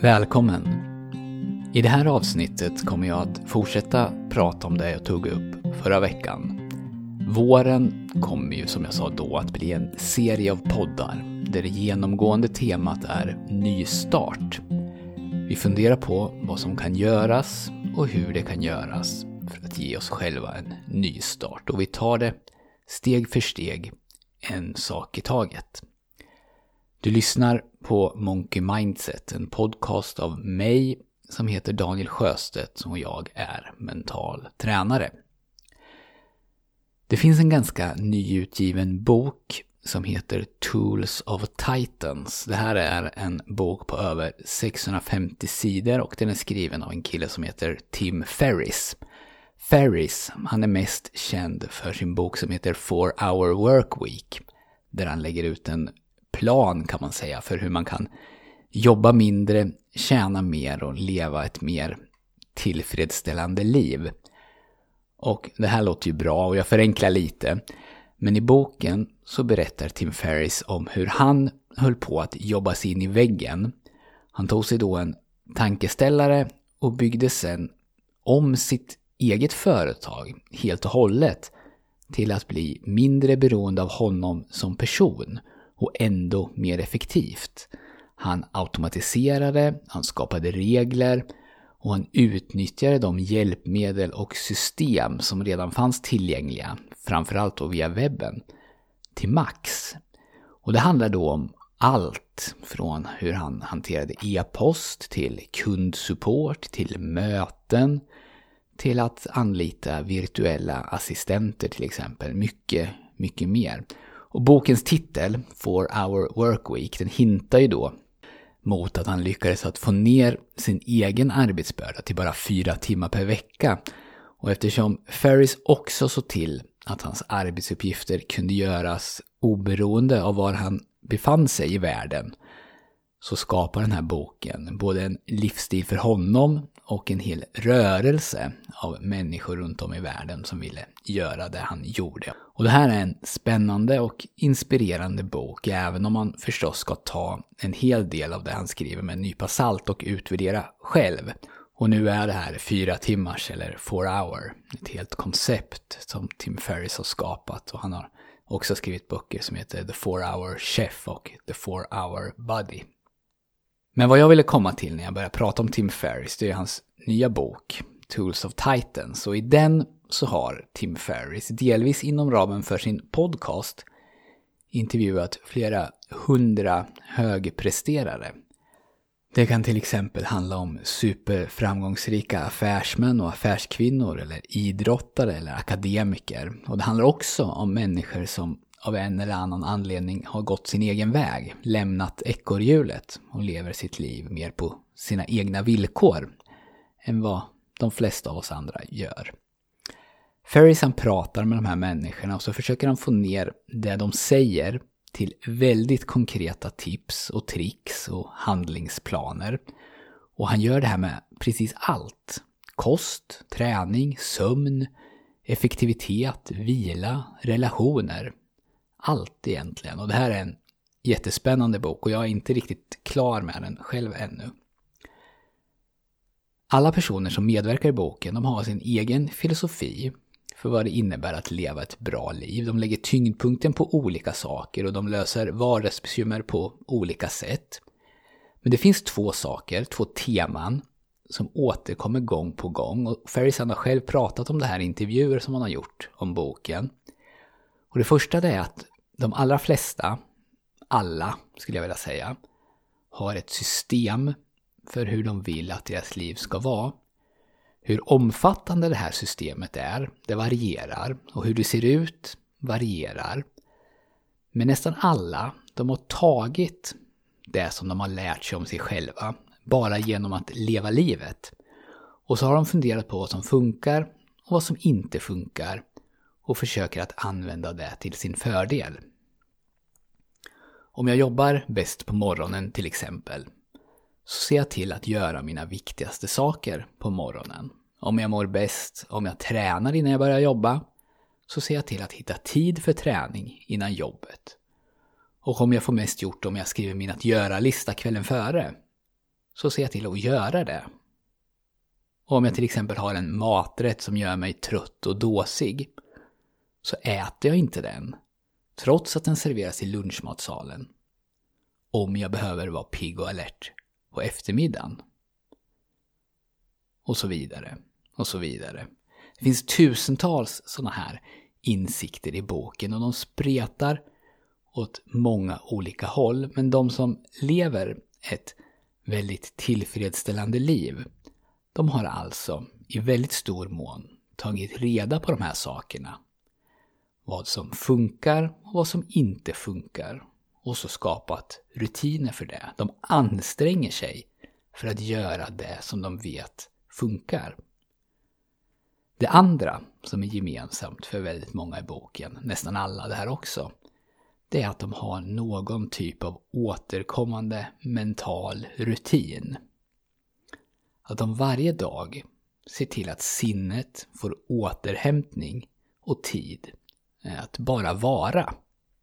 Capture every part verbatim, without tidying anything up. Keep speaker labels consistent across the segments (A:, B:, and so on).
A: Välkommen! I det här avsnittet kommer jag att fortsätta prata om det jag tog upp förra veckan. Våren kommer ju som jag sa då att bli en serie av poddar där det genomgående temat är nystart. Vi funderar på vad som kan göras och hur det kan göras för att ge oss själva en nystart. Och vi tar det steg för steg, en sak i taget. Du lyssnar på Monkey Mindset, en podcast av mig som heter Daniel Sjöstedt och jag är mental tränare. Det finns en ganska nyutgiven bok som heter Tools of Titans. Det här är en bok på över sexhundrafemtio sidor och den är skriven av en kille som heter Tim Ferriss. Ferriss, han är mest känd för sin bok som heter four hour work week, där han lägger ut en plan kan man säga för hur man kan jobba mindre, tjäna mer och leva ett mer tillfredsställande liv. Och det här låter ju bra och jag förenklar lite. Men i boken så berättar Tim Ferriss om hur han höll på att jobba sig in i väggen. Han tog sig då en tankeställare och byggde sen om sitt eget företag helt och hållet till att bli mindre beroende av honom som person och ändå mer effektivt. Han automatiserade, han skapade regler och han utnyttjade de hjälpmedel och system som redan fanns tillgängliga, framförallt då via webben, till max. Och det handlar då om allt från hur han hanterade e-post till kundsupport, till möten, till att anlita virtuella assistenter till exempel. Mycket, mycket mer. Och bokens titel, four hour work week, den hintar ju då mot att han lyckades att få ner sin egen arbetsbörda till bara fyra timmar per vecka. Och eftersom Ferriss också såg till att hans arbetsuppgifter kunde göras oberoende av var han befann sig i världen, så skapar den här boken både en livsstil för honom och en hel rörelse av människor runt om i världen som ville göra det han gjorde. Och det här är en spännande och inspirerande bok, även om man förstås ska ta en hel del av det han skriver med en nypa salt och utvärdera själv. Och nu är det här fyra timmars eller four hour, ett helt koncept som Tim Ferriss har skapat. Och han har också skrivit böcker som heter The four hour Chef och The four hour Body. Men vad jag ville komma till när jag började prata om Tim Ferriss, det är hans nya bok Tools of Titans. Och i den så har Tim Ferriss delvis inom ramen för sin podcast intervjuat flera hundra högpresterare. Det kan till exempel handla om superframgångsrika affärsmän och affärskvinnor eller idrottare eller akademiker. Och det handlar också om människor som av en eller annan anledning har gått sin egen väg, lämnat ekorrhjulet och lever sitt liv mer på sina egna villkor än vad de flesta av oss andra gör. Ferriss han pratar med de här människorna och så försöker han få ner det de säger till väldigt konkreta tips och tricks och handlingsplaner. Och han gör det här med precis allt. Kost, träning, sömn, effektivitet, vila, relationer. Allt egentligen. Och det här är en jättespännande bok och jag är inte riktigt klar med den själv ännu. Alla personer som medverkar i boken, de har sin egen filosofi för vad det innebär att leva ett bra liv. De lägger tyngdpunkten på olika saker och de löser vardagsbekymmer på olika sätt. Men det finns två saker, två teman som återkommer gång på gång. Och Ferriss har själv pratat om det här i intervjuer som han har gjort om boken. Och det första är att de allra flesta, alla skulle jag vilja säga, har ett system för hur de vill att deras liv ska vara. Hur omfattande det här systemet är, det varierar. Och hur det ser ut varierar. Men nästan alla, de har tagit det som de har lärt sig om sig själva bara genom att leva livet. Och så har de funderat på vad som funkar och vad som inte funkar och försöker att använda det till sin fördel. Om jag jobbar bäst på morgonen till exempel, så ser jag till att göra mina viktigaste saker på morgonen. Om jag mår bäst, om jag tränar innan jag börjar jobba, så ser jag till att hitta tid för träning innan jobbet. Och om jag får mest gjort om jag skriver min att göra-lista kvällen före, så ser jag till att göra det. Och om jag till exempel har en maträtt som gör mig trött och dåsig, så äter jag inte den, trots att den serveras i lunchmatsalen, om jag behöver vara pigg och alert på eftermiddagen. Och så vidare, och så vidare. Det finns tusentals sådana här insikter i boken och de spretar åt många olika håll. Men de som lever ett väldigt tillfredsställande liv, de har alltså i väldigt stor mån tagit reda på de här sakerna. Vad som funkar och vad som inte funkar. Och så skapat rutiner för det. De anstränger sig för att göra det som de vet funkar. Det andra som är gemensamt för väldigt många i boken, nästan alla det här också, det är att de har någon typ av återkommande mental rutin. Att de varje dag ser till att sinnet får återhämtning och tid att bara vara.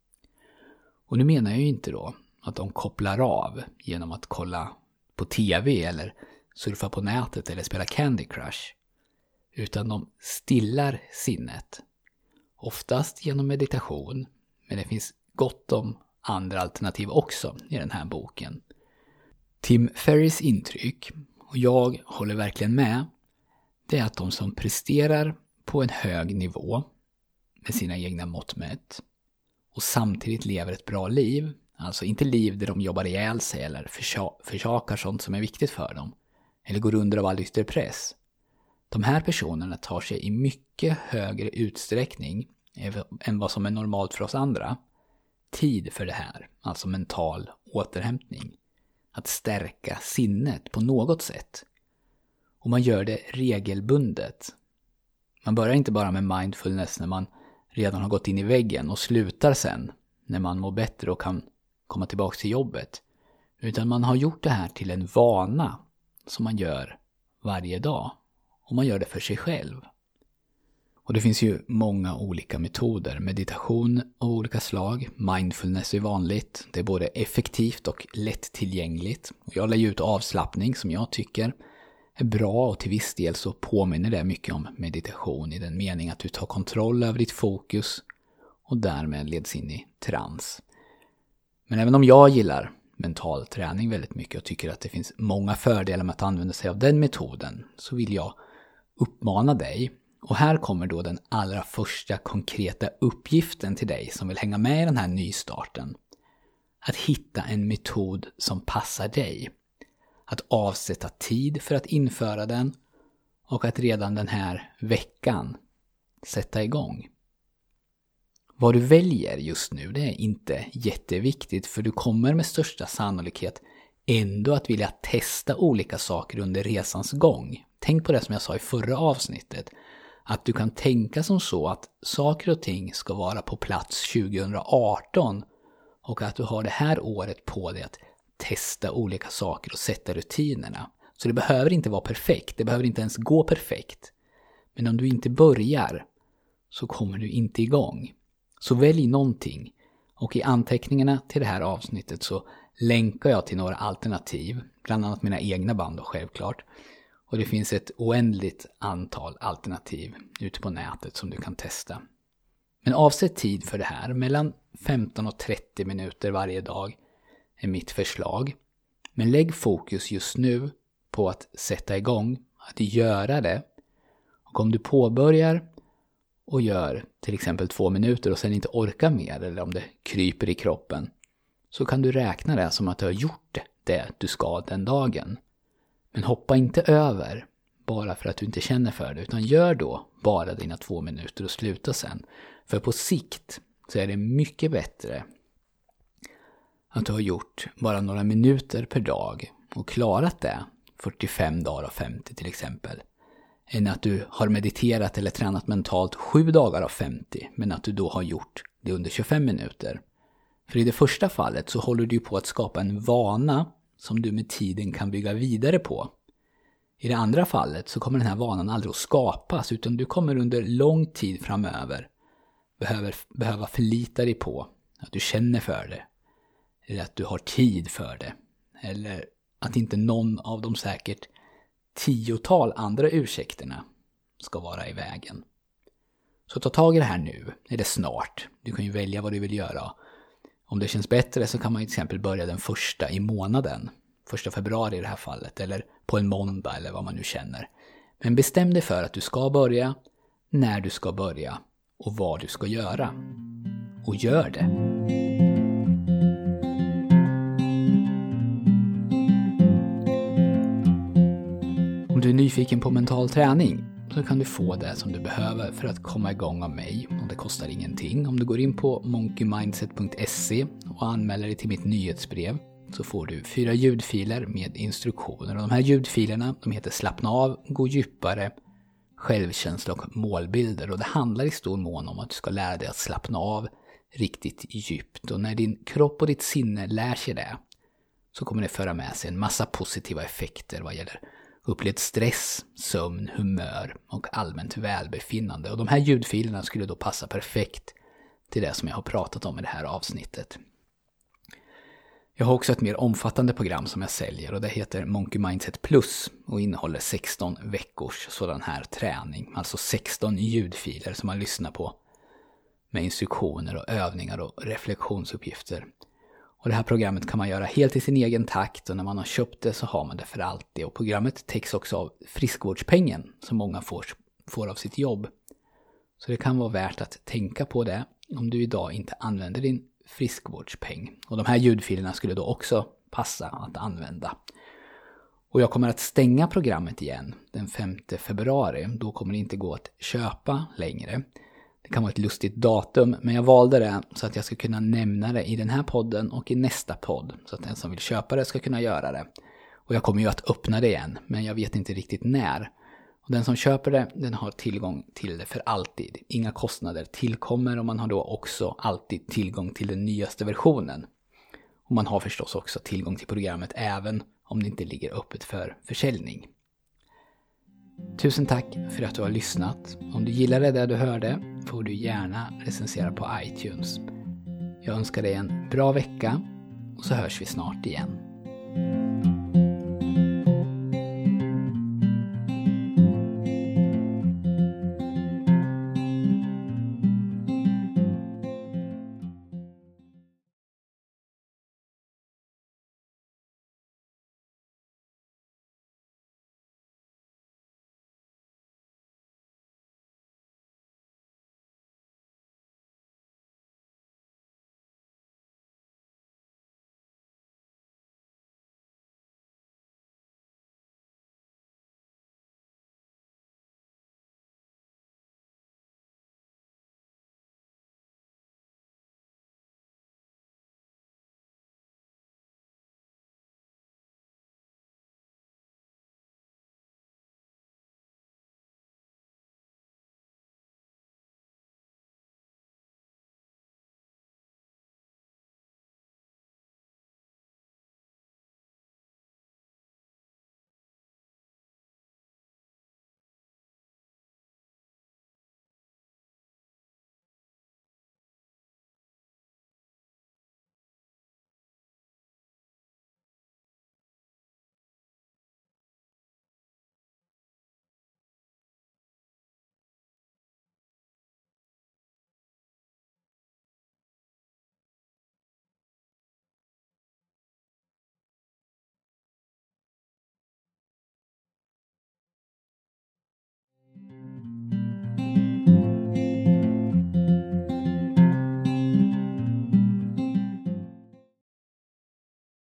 A: Och nu menar jag ju inte då att de kopplar av genom att kolla på tv eller surfa på nätet eller spela Candy Crush. Utan de stillar sinnet. Oftast genom meditation. Men det finns gott om andra alternativ också i den här boken. Tim Ferriss intryck, och jag håller verkligen med, det är att de som presterar på en hög nivå med sina egna mått mätt och samtidigt lever ett bra liv, alltså inte liv där de jobbar ihjäl sig eller försakar sånt som är viktigt för dem, eller går under av all yttre press. De här personerna tar sig i mycket högre utsträckning än vad som är normalt för oss andra tid för det här, alltså mental återhämtning. Att stärka sinnet på något sätt. Och man gör det regelbundet. Man börjar inte bara med mindfulness när man redan har gått in i väggen och slutar sen när man mår bättre och kan komma tillbaka till jobbet. Utan man har gjort det här till en vana som man gör varje dag. Och man gör det för sig själv. Och det finns ju många olika metoder. Meditation av olika slag. Mindfulness är vanligt. Det är både effektivt och lättillgängligt. Och jag lägger ut avslappning som jag tycker är bra. Och till viss del så påminner det mycket om meditation. I den mening att du tar kontroll över ditt fokus. Och därmed leds in i trans. Men även om jag gillar mental träning väldigt mycket. Och tycker att det finns många fördelar med att använda sig av den metoden. Så vill jag uppmana dig. Och här kommer då den allra första konkreta uppgiften till dig som vill hänga med i den här nystarten. Att hitta en metod som passar dig. Att avsätta tid för att införa den och att redan den här veckan sätta igång. Vad du väljer just nu, det är inte jätteviktigt, för du kommer med största sannolikhet ändå att vilja testa olika saker under resans gång. Tänk på det som jag sa i förra avsnittet. Att du kan tänka som så att saker och ting ska vara på plats tjugo arton och att du har det här året på dig att testa olika saker och sätta rutinerna. Så det behöver inte vara perfekt, det behöver inte ens gå perfekt. Men om du inte börjar så kommer du inte igång. Så välj någonting, och i anteckningarna till det här avsnittet så länkar jag till några alternativ, bland annat mina egna band då, självklart. Och det finns ett oändligt antal alternativ ute på nätet som du kan testa. Men avsätt tid för det här. Mellan femton och trettio minuter varje dag är mitt förslag. Men lägg fokus just nu på att sätta igång, att göra det. Och om du påbörjar och gör till exempel två minuter och sen inte orkar mer, eller om det kryper i kroppen, så kan du räkna det som att du har gjort det du ska den dagen. Men hoppa inte över bara för att du inte känner för det, utan gör då bara dina två minuter och sluta sen. För på sikt så är det mycket bättre att du har gjort bara några minuter per dag och klarat det fyrtiofem dagar av femtio till exempel, än att du har mediterat eller tränat mentalt sju dagar av femtio, men att du då har gjort det under tjugofem minuter. För i det första fallet så håller du på att skapa en vana som du med tiden kan bygga vidare på. I det andra fallet så kommer den här vanan aldrig att skapas, utan du kommer under lång tid framöver behöver, behöva förlita dig på att du känner för det, eller att du har tid för det, eller att inte någon av de säkert tiotal andra ursäkterna ska vara i vägen. Så ta tag i det här nu, är det snart. Du kan ju välja vad du vill göra. Om det känns bättre så kan man till exempel börja den första i månaden. Första februari i det här fallet, eller på en måndag eller vad man nu känner. Men bestäm dig för att du ska börja, när du ska börja och vad du ska göra. Och gör det. Om du är nyfiken på mental träning så kan du få det som du behöver för att komma igång av mig. Och det kostar ingenting. Om du går in på monkey mindset punkt se och anmäler dig till mitt nyhetsbrev så får du fyra ljudfiler med instruktioner. Och de här ljudfilerna de heter Slappna av, Gå djupare, Självkänsla och målbilder. Och det handlar i stor mån om att du ska lära dig att slappna av riktigt djupt. Och när din kropp och ditt sinne lär sig det så kommer det föra med sig en massa positiva effekter vad gäller upplevd stress, sömn, humör och allmänt välbefinnande. Och de här ljudfilerna skulle då passa perfekt till det som jag har pratat om i det här avsnittet. Jag har också ett mer omfattande program som jag säljer och det heter Monkey Mindset Plus och innehåller sexton veckors sådan här träning. Alltså sexton ljudfiler som man lyssnar på med instruktioner och övningar och reflektionsuppgifter. Och det här programmet kan man göra helt i sin egen takt och när man har köpt det så har man det för alltid. Och programmet täcks också av friskvårdspengen som många får, får av sitt jobb. Så det kan vara värt att tänka på det om du idag inte använder din friskvårdspeng. Och de här ljudfilerna skulle då också passa att använda. Och jag kommer att stänga programmet igen den femte februari. Då kommer det inte gå att köpa längre. Det kan vara ett lustigt datum, men jag valde det så att jag ska kunna nämna det i den här podden och i nästa podd. Så att den som vill köpa det ska kunna göra det. Och jag kommer ju att öppna det igen, men jag vet inte riktigt när. Och den som köper det, den har tillgång till det för alltid. Inga kostnader tillkommer och man har då också alltid tillgång till den nyaste versionen. Och man har förstås också tillgång till programmet även om det inte ligger öppet för försäljning. Tusen tack för att du har lyssnat. Om du gillade det du hörde får du gärna recensera på iTunes. Jag önskar dig en bra vecka och så hörs vi snart igen.